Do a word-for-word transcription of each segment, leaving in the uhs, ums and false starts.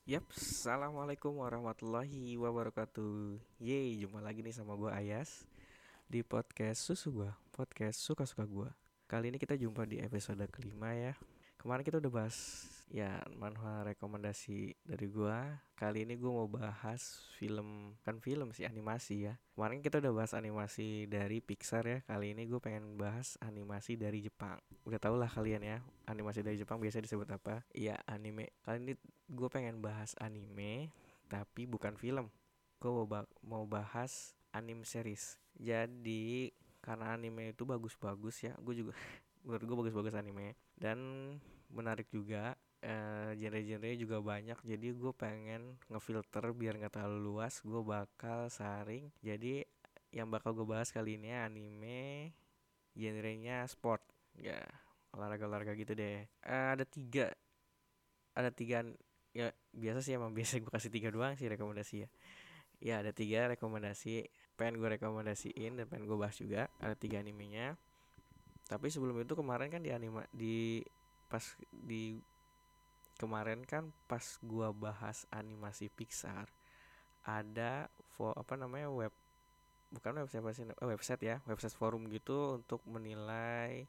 Yap, assalamualaikum warahmatullahi wabarakatuh. Yeay, jumpa lagi nih sama gue Ayas di podcast Susu gue, podcast suka-suka gue. Kali ini kita jumpa di episode kelima ya. Kemarin kita udah bahas ya manual rekomendasi dari gue. Kali ini gue mau bahas film, kan film sih, animasi ya. Kemarin kita udah bahas animasi dari Pixar ya. Kali ini gue pengen bahas animasi dari Jepang. Udah tau lah kalian ya, animasi dari Jepang biasa disebut apa? Iya, anime. Kali ini gue pengen bahas anime, tapi bukan film. Gue mau, ba- mau bahas anime series. Jadi karena anime itu bagus-bagus ya, gue juga menurut gue bagus-bagus anime dan menarik juga. Eh, genre-genre juga banyak, jadi gue pengen ngefilter biar nggak terlalu luas. Gue bakal saring, jadi yang bakal gue bahas kali ini anime genrenya sport ya, olahraga-olahraga gitu deh. Eh, ada tiga ada tiga ya, biasa sih emang biasa gue kasih tiga doang sih rekomendasi ya. Ya ada tiga rekomendasi pengen gue rekomendasiin dan pengen gue bahas juga. Ada tiga animenya. Tapi sebelum itu kemarin kan di anima di pas di kemarin kan pas gua bahas animasi Pixar, ada fo, apa namanya web bukan website apa sih, eh, website ya, website forum gitu untuk menilai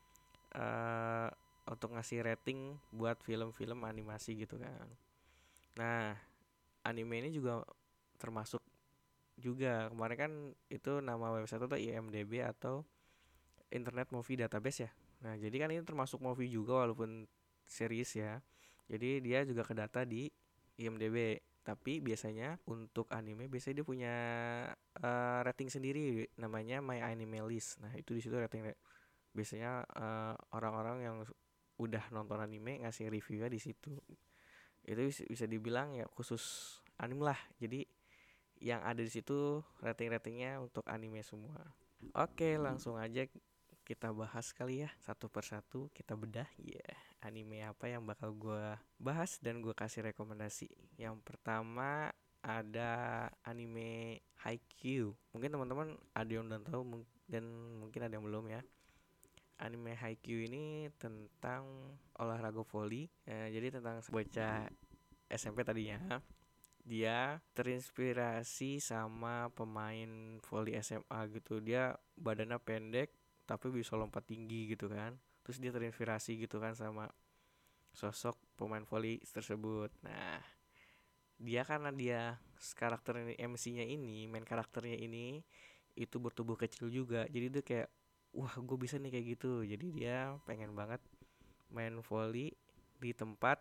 eh untuk ngasih rating buat film-film animasi gitu kan. Nah, anime ini juga termasuk juga. Kemarin kan itu nama website itu I M D B atau Internet Movie Database ya. Nah, jadi kan ini termasuk movie juga walaupun series ya. Jadi dia juga kedata di I M D B. Tapi biasanya untuk anime biasanya dia punya eh, rating sendiri namanya My Anime List. Nah, itu di situ rating biasanya eh, orang-orang yang udah nonton anime ngasih reviewnya di situ. Itu bisa, bisa dibilang ya khusus anime lah. Jadi yang ada di situ rating-ratingnya untuk anime semua. Oke, langsung aja kita bahas kali ya satu persatu, kita bedah ya yeah. Anime apa yang bakal gue bahas dan gue kasih rekomendasi. Yang pertama ada anime Haikyuu. Mungkin teman-teman ada yang udah tahu dan mungkin ada yang belum ya. Anime Haikyuu ini tentang olahraga voli. Eh, jadi tentang bocah S M P tadinya. Dia terinspirasi sama pemain voli S M A gitu. Dia badannya pendek tapi bisa lompat tinggi gitu kan. Terus dia terinspirasi gitu kan sama sosok pemain voli tersebut. Nah, dia karena dia karakter M C-nya ini, main karakternya ini itu bertubuh kecil juga. Jadi dia kayak wah, gue bisa nih kayak gitu. Jadi dia pengen banget main voli di tempat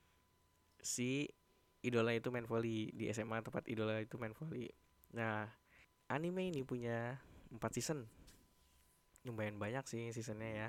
si idola itu main volley, di S M A tempat idola itu main volley. Nah, anime ini punya empat season. Lumayan banyak sih seasonnya ya.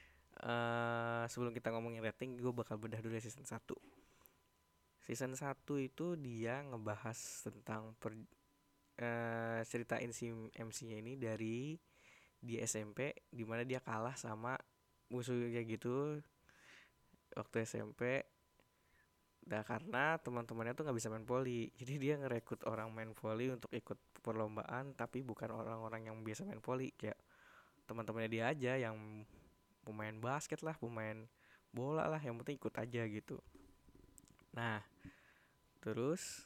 Eh sebelum kita ngomongin rating, gue bakal bedah dulu ya season satu. Season satu itu dia ngebahas tentang per, eh, ceritain si M C-nya ini dari di S M P dimana dia kalah sama musuhnya gitu waktu S M P. Nah, karena teman-temannya tuh nggak bisa main volley, jadi dia ngerekrut orang main volley untuk ikut perlombaan, tapi bukan orang-orang yang biasa main volley, kayak teman-temannya dia aja yang pemain basket lah, pemain bola lah, yang penting ikut aja gitu. Nah, terus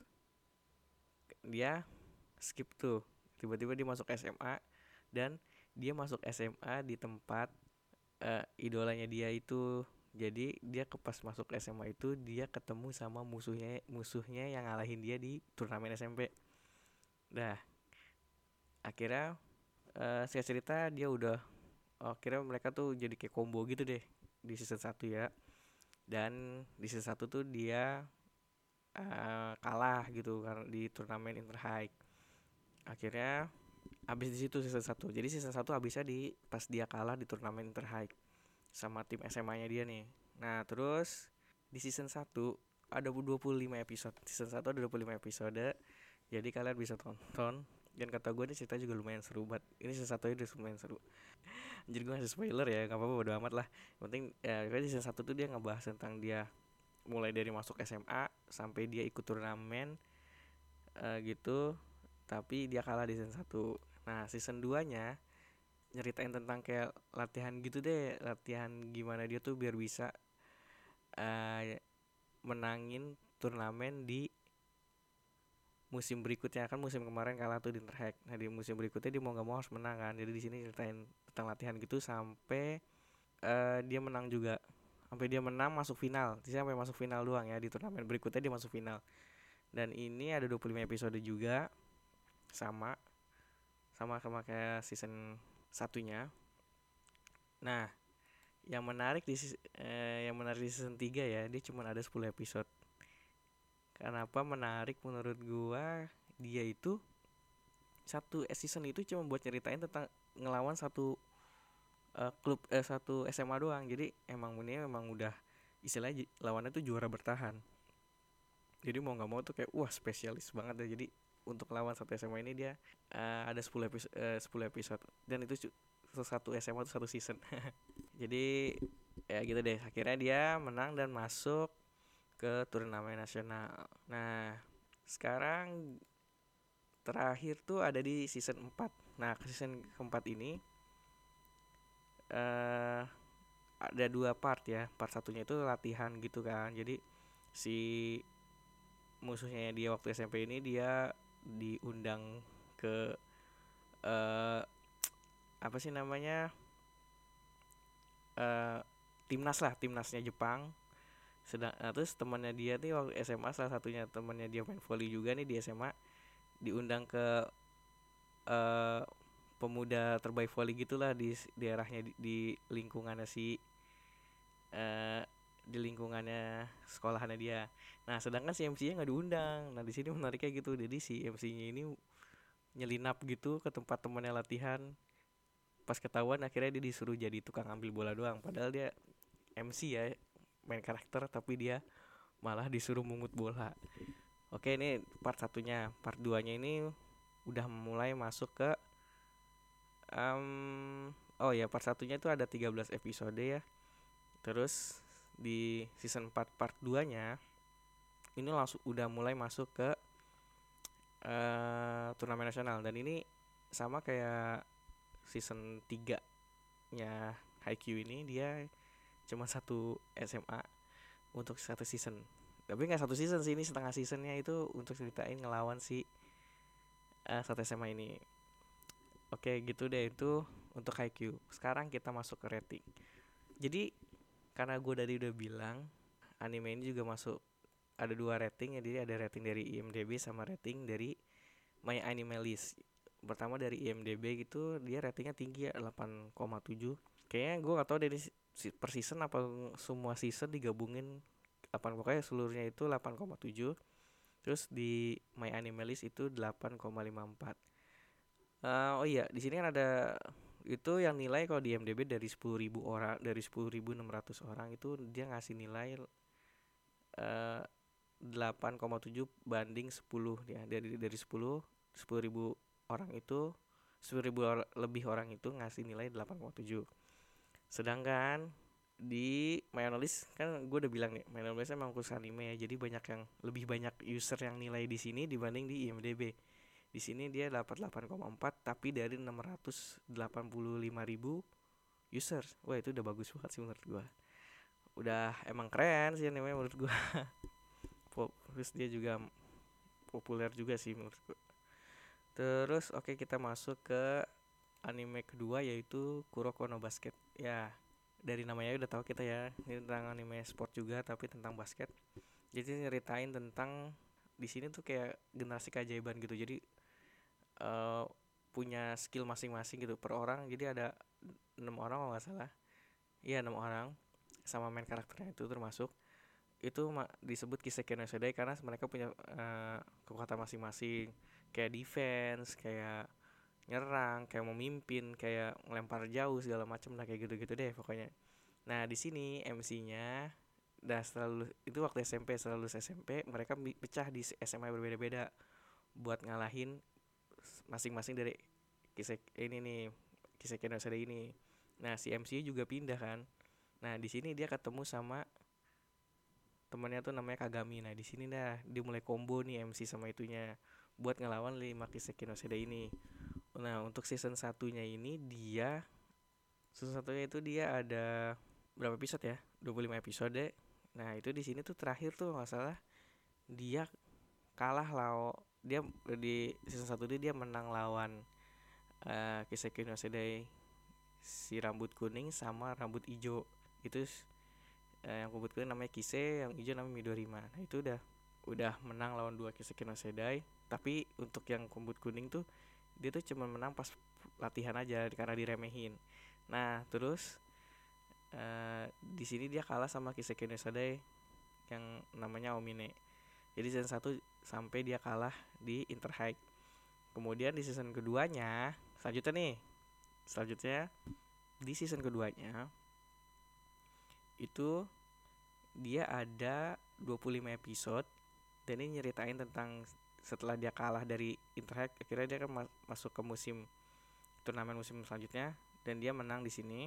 dia skip tuh, tiba-tiba dia masuk S M A dan dia masuk S M A di tempat eh, idolanya dia itu. Jadi dia ke pas masuk S M A itu dia ketemu sama musuhnya musuhnya yang ngalahin dia di turnamen S M P. Nah, akhirnya eh saya cerita dia udah oh, akhirnya mereka tuh jadi kayak combo gitu deh di season satu ya. Dan di season satu tuh dia eh, kalah gitu karena di turnamen Inter High. Akhirnya habis di situ season satu. Jadi season satu habisnya di pas dia kalah di turnamen Inter High sama tim S M A-nya dia nih. Nah, terus di season satu ada dua puluh lima episode. Season satu ada dua puluh lima episode. Jadi kalian bisa tonton. Dan kata gue nih cerita juga lumayan seru banget. Ini season satu udah lumayan seru. Anjir, gue ngasih spoiler ya, gak apa-apa, bodo amat lah. Yang penting ya, di season satu tuh dia ngebahas tentang dia mulai dari masuk S M A sampai dia ikut turnamen eh, gitu. Tapi dia kalah di season satu. Nah, season dua nya nyeritain tentang kayak latihan gitu deh, latihan gimana dia tuh biar bisa uh, menangin turnamen di musim berikutnya. Kan musim kemarin kalah tuh di Interhack. Nah di musim berikutnya dia mau nggak mau harus menang kan. Jadi di sini ceritain tentang latihan gitu sampai uh, dia menang juga. Sampai dia menang masuk final. Dia sampai masuk final doang ya, di turnamen berikutnya dia masuk final. Dan ini ada dua puluh lima episode juga. Sama sama sama kayak season satunya. Nah, yang menarik di eh, yang menarik di season tiga ya, dia cuma ada sepuluh episode. Kenapa menarik menurut gua? Dia itu satu season itu cuma buat nyeritain tentang ngelawan satu uh, klub eh, satu S M A doang. Jadi emang ini emang udah istilahnya lawannya tuh juara bertahan. Jadi mau nggak mau tuh kayak wah spesialis banget deh. Jadi untuk lawan satu S M A ini dia uh, ada sepuluh episode uh, sepuluh episode dan itu satu S M A tuh satu season. Jadi ya gitu deh. Akhirnya dia menang dan masuk ke turnamen nasional. Nah, sekarang terakhir tuh ada di season empat. Nah, ke season keempat ini uh, ada dua part ya. Part satunya itu latihan gitu kan. Jadi si musuhnya dia waktu S M P ini dia diundang ke uh, apa sih namanya uh, timnas lah, timnasnya Jepang. Sedang nah, terus temannya dia nih waktu S M A, salah satunya temannya dia main volley juga nih di S M A, diundang ke uh, pemuda terbaik volley gitulah di daerahnya, di, di lingkungannya si uh, di lingkungannya sekolahannya dia. Nah, sedangkan si M C-nya nggak diundang. Nah, di sini menariknya gitu. Jadi si M C-nya ini nyelinap gitu ke tempat temannya latihan. Pas ketahuan akhirnya dia disuruh jadi tukang ambil bola doang. Padahal dia M C ya, main karakter, tapi dia malah disuruh mungut bola. Oke, ini part satunya. Part duanya ini udah mulai masuk ke um, oh ya, part satunya itu ada tiga belas episode ya. Terus di season empat part duanya ini langsung udah mulai masuk ke uh, turnamen nasional. Dan ini sama kayak season tiga nya Haikyuu ini, dia cuma satu S M A untuk satu season. Tapi gak satu season sih, ini setengah seasonnya itu untuk ceritain ngelawan si uh, satu S M A ini. Oke gitu deh itu untuk Haikyuu. Sekarang kita masuk ke rating. Jadi karena gue tadi udah bilang anime ini juga masuk ada dua rating ya. Jadi ada rating dari I M D B sama rating dari My Anime List. Pertama dari I M D B gitu, dia ratingnya tinggi ya, delapan koma tujuh. Kayaknya gue gak tau dari per season apa semua season digabungin delapan, pokoknya seluruhnya itu delapan koma tujuh. Terus di My Anime List itu delapan koma lima empat. Uh, oh iya, di sini kan ada itu yang nilai kalau di I M D B dari sepuluh ribu orang, dari sepuluh ribu enam ratus orang itu dia ngasih nilai uh, delapan koma tujuh banding sepuluh ya. Dari dari sepuluh ribu orang itu, sepuluh ribu or, lebih orang itu ngasih nilai delapan koma tujuh. Sedangkan di My Anime List kan gue udah bilang nih, My Anime List emang khusus anime ya. Jadi banyak yang lebih banyak user yang nilai di sini dibanding di I M D B. Di sini dia dapat delapan koma empat tapi dari enam ratus delapan puluh lima ribu users. Wah, itu udah bagus banget sih menurut gue. Udah emang keren sih anime menurut gue. Terus dia juga populer juga sih menurut gue. Terus oke okay, kita masuk ke anime kedua yaitu Kuroko no Basket. Ya, dari namanya udah tahu kita ya, ini tentang anime sport juga tapi tentang basket. Jadi nyeritain tentang di sini tuh kayak generasi keajaiban gitu. Jadi uh, punya skill masing-masing gitu per orang. Jadi ada enam orang kalau nggak salah. Iya, enam orang sama main karakternya itu termasuk. Itu ma- disebut Kiseki no Sedai karena mereka punya uh, kekuatan masing-masing. Kayak defense, kayak nyerang, kayak memimpin, kayak ngelempar jauh segala macam lah, kayak gitu-gitu deh pokoknya. Nah, di sini M C-nya dah selalu itu waktu S M P, selalu S M P mereka pecah di S M A berbeda-beda buat ngalahin masing-masing dari Kisek ini nih, Kiseki no Sedai ini. Nah, si M C juga pindah kan. Nah, di sini dia ketemu sama temannya tuh namanya Kagami. Nah, di sini dah dia mulai combo nih M C sama itunya buat ngelawan lima Kiseki no Sedai ini. Nah, untuk season satunya ini dia season satunya itu dia ada berapa episode ya? dua puluh lima episode. Nah, itu di sini tuh terakhir tuh enggak salah dia kalah lawan dia di season satu dia, dia menang lawan uh, Kiseki no Sedai si rambut kuning sama rambut hijau. Itu uh, yang rambut kuning namanya Kise, yang hijau namanya Midorima. Nah itu udah udah menang lawan dua Kiseki no Sedai. Tapi untuk yang rambut kuning tuh dia tuh cuma menang pas latihan aja karena diremehin. Nah terus uh, di sini dia kalah sama Kiseki no Sedai yang namanya Omine. Jadi season satu sampai dia kalah di Inter High. Kemudian di season keduanya, selanjutnya nih, selanjutnya di season keduanya itu dia ada dua puluh lima episode dan ini nyeritain tentang setelah dia kalah dari Inter High, akhirnya dia kan masuk ke musim turnamen musim selanjutnya dan dia menang di sini.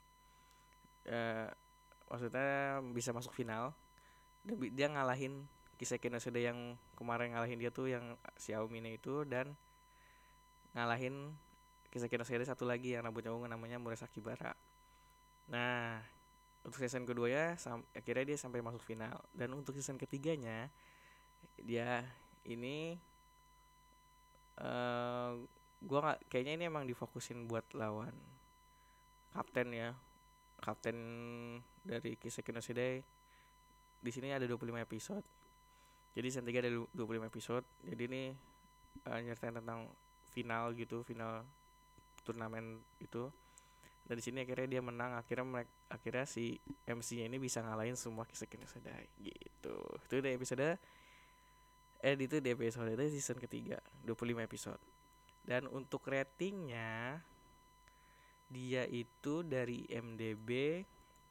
E, maksudnya bisa masuk final dan dia ngalahin Kiseki no Sedai yang kemarin ngalahin dia tuh yang Xiaomine itu, dan ngalahin Kiseki no Sedai satu lagi yang rambutnya ungu namanya Murasaki Bara. Nah untuk season kedua ya sam- akhirnya dia sampai masuk final. Dan untuk season ketiganya dia ini uh, gua nggak kayaknya ini emang difokusin buat lawan kapten ya, kapten dari Kiseki no Sedai. Di sini ada dua puluh lima episode. Jadi season tiga ada dua puluh lima episode. Jadi ini uh, nyeritain tentang final gitu, final turnamen itu. Dan di sini akhirnya dia menang, akhirnya mereka, akhirnya si M C-nya ini bisa ngalahin semua Kiseki no Sedai gitu. Itu di episode eh itu di episode itu season ketiga, dua puluh lima episode. Dan untuk ratingnya dia itu dari I M D B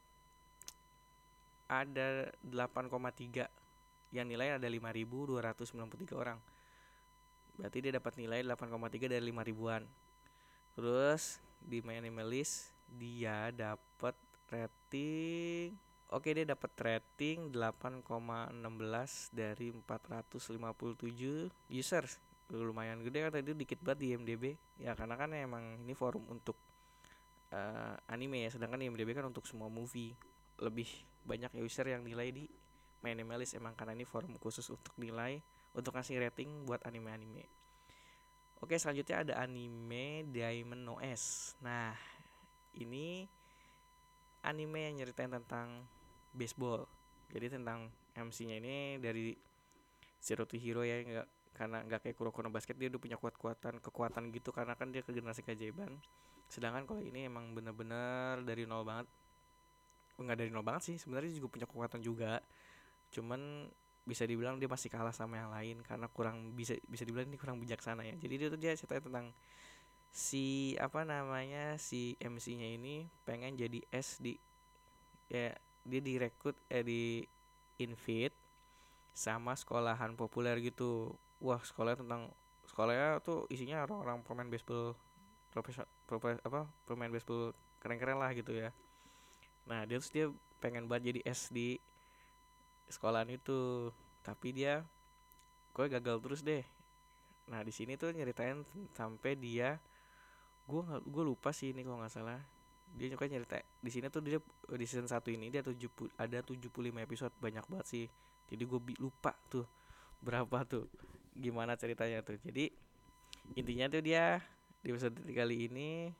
ada delapan koma tiga, yang nilai ada lima ribu dua ratus sembilan puluh tiga orang. Berarti dia dapat nilai delapan koma tiga dari lima ribuan. Terus di My Animalist dia dapat rating, oke dia dapat rating delapan koma satu enam dari empat ratus lima puluh tujuh users. Lumayan gede kan, tadi dikit banget di I M D B. Ya karena kan emang ini forum untuk uh, anime ya, sedangkan I M D B kan untuk semua movie. Lebih banyak user yang nilai di My Animalist emang karena ini forum khusus untuk nilai, untuk ngasih rating buat anime-anime. Oke, selanjutnya ada anime Diamond no S. Nah, ini anime yang nyeritain tentang baseball. Jadi tentang M C-nya ini dari Zero to Hero ya, enggak karena enggak kayak Kuroko no Basket dia udah punya kuat-kuatan kekuatan gitu karena kan dia ke generasi keajaiban. Sedangkan kalau ini emang bener-bener dari nol banget. Enggak dari nol banget sih, sebenarnya juga punya kekuatan juga. Cuman bisa dibilang dia masih kalah sama yang lain karena kurang bisa bisa dibilang ini kurang bijaksana ya. Jadi dia tuh dia cerita tentang si apa namanya si M C-nya ini pengen jadi S di ya dia direkrut eh di invite sama sekolahan populer gitu. Wah, sekolahnya tentang sekolahnya tuh isinya orang-orang pemain baseball profesional, apa pemain baseball keren-keren lah gitu ya. Nah, dia terus dia pengen banget jadi S di sekolahan itu, tapi dia gue gagal terus deh. Nah di sini tuh nyeritain sampai dia, gue nggak gue lupa sih ini kalau nggak salah, dia juga nyerita di sini tuh dia di season satu ini dia tujuh puluh ada tujuh puluh lima episode, banyak banget sih. Jadi gue lupa tuh berapa tuh gimana ceritanya tuh. Jadi intinya tuh dia di episode kali ini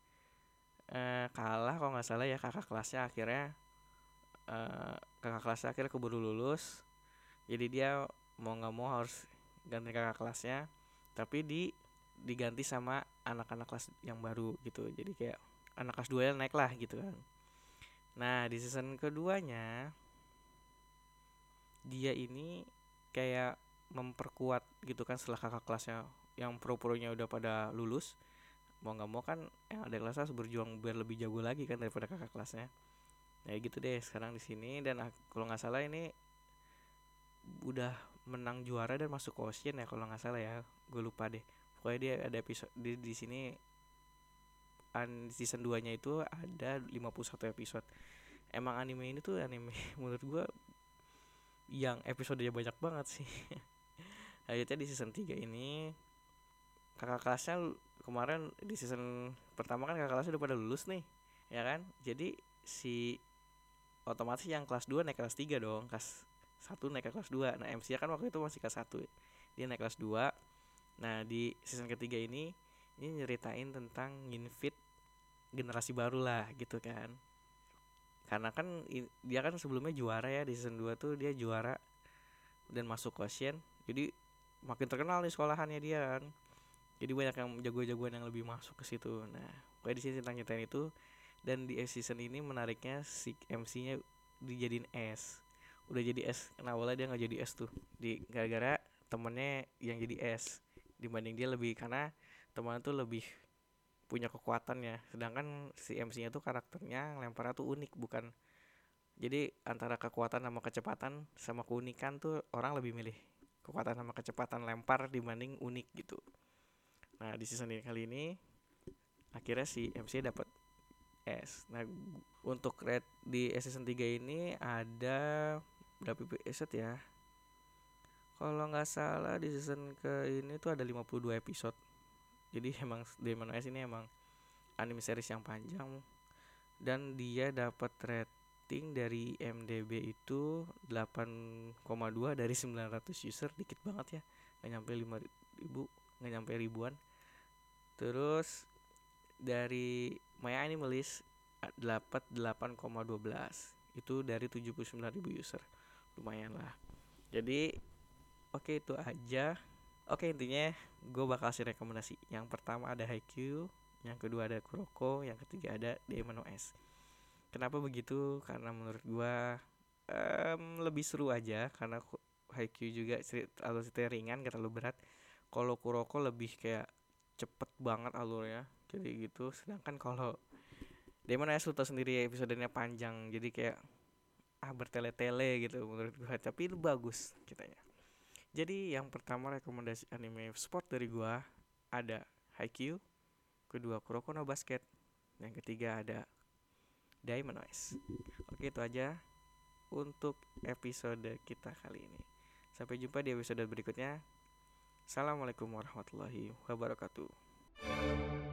eh, kalah kalau nggak salah ya kakak kelasnya, akhirnya eh, kakak kelasnya akhirnya keburu lulus. Jadi dia mau nggak mau harus ganti kakak kelasnya, tapi di diganti sama anak-anak kelas yang baru gitu. Jadi kayak anak kelas dua yang naik lah gitu kan. Nah di season keduanya dia ini kayak memperkuat gitu kan, setelah kakak kelasnya yang pro-pronya udah pada lulus, mau nggak mau kan yang ada kelasnya harus berjuang biar lebih jago lagi kan daripada kakak kelasnya. Nah gitu deh sekarang di sini. Dan kalau nggak salah ini udah menang juara dan masuk Ocean ya kalau nggak salah ya, gue lupa deh. Pokoknya dia ada episode di di sini an season dua nya itu ada lima puluh satu episode. Emang anime ini tuh anime menurut gue yang episodenya banyak banget sih. Akhirnya di season tiga ini kakak kelasnya kemarin di season pertama kan kakak kelasnya udah pada lulus nih ya kan, jadi si otomatis yang kelas dua naik kelas tiga dong, kelas satu naik ke kelas dua. Nah M C kan waktu itu masih kelas satu, dia naik kelas dua. Nah di season ketiga ini ini nyeritain tentang nginvit generasi baru lah gitu kan. Karena kan dia kan sebelumnya juara ya, di season dua tuh dia juara dan masuk quotient. Jadi makin terkenal nih sekolahannya dia kan. Jadi banyak yang jago-jagoan yang lebih masuk ke situ. Nah, kayak di sini tentang nyetain itu. Dan di season ini menariknya si M C-nya dijadiin S. Udah jadi S. Nah, awalnya dia nggak jadi S tuh. Di gara-gara temennya yang jadi S. Dibanding dia lebih, karena teman tuh lebih punya kekuatan ya. Sedangkan si M C-nya tuh karakternya lemparnya tuh unik, bukan. Jadi antara kekuatan sama kecepatan sama keunikan tuh orang lebih milih kekuatan sama kecepatan lempar dibanding unik gitu. Nah di season ini kali ini akhirnya si M C dapat S. Nah untuk rate di season tiga ini ada berapa episode ya? Kalau nggak salah di season ke ini tuh ada lima puluh dua episode. Jadi emang Demon S ini emang anime series yang panjang. Dan dia dapat rating dari I M D B itu delapan koma dua dari sembilan ratus user, dikit banget ya. Nggak nyampe lima ribu, nggak nyampe ribuan. Terus dari My Animalist dapat delapan koma satu dua, itu dari tujuh puluh sembilan ribu user, lumayan lah. Jadi oke okay, itu aja. Oke okay, intinya gue bakal kasih rekomendasi. Yang pertama ada Haikyuu, yang kedua ada Kuroko, yang ketiga ada Demon S. Kenapa begitu? Karena menurut gue um, lebih seru aja, karena Haikyuu juga alur cerita ringan, gak terlalu berat. Kalau Kuroko lebih kayak cepet banget alurnya, jadi gitu. Sedangkan kalau Demon S lu tau sendiri episodenya panjang, jadi kayak ah bertele-tele gitu menurut gue. Tapi itu bagus kitanya. Jadi yang pertama rekomendasi anime sport dari gue ada Haikyuu, kedua Kuroko no Basket, yang ketiga ada Demon S. Oke itu aja untuk episode kita kali ini. Sampai jumpa di episode berikutnya. Assalamualaikum warahmatullahi wabarakatuh.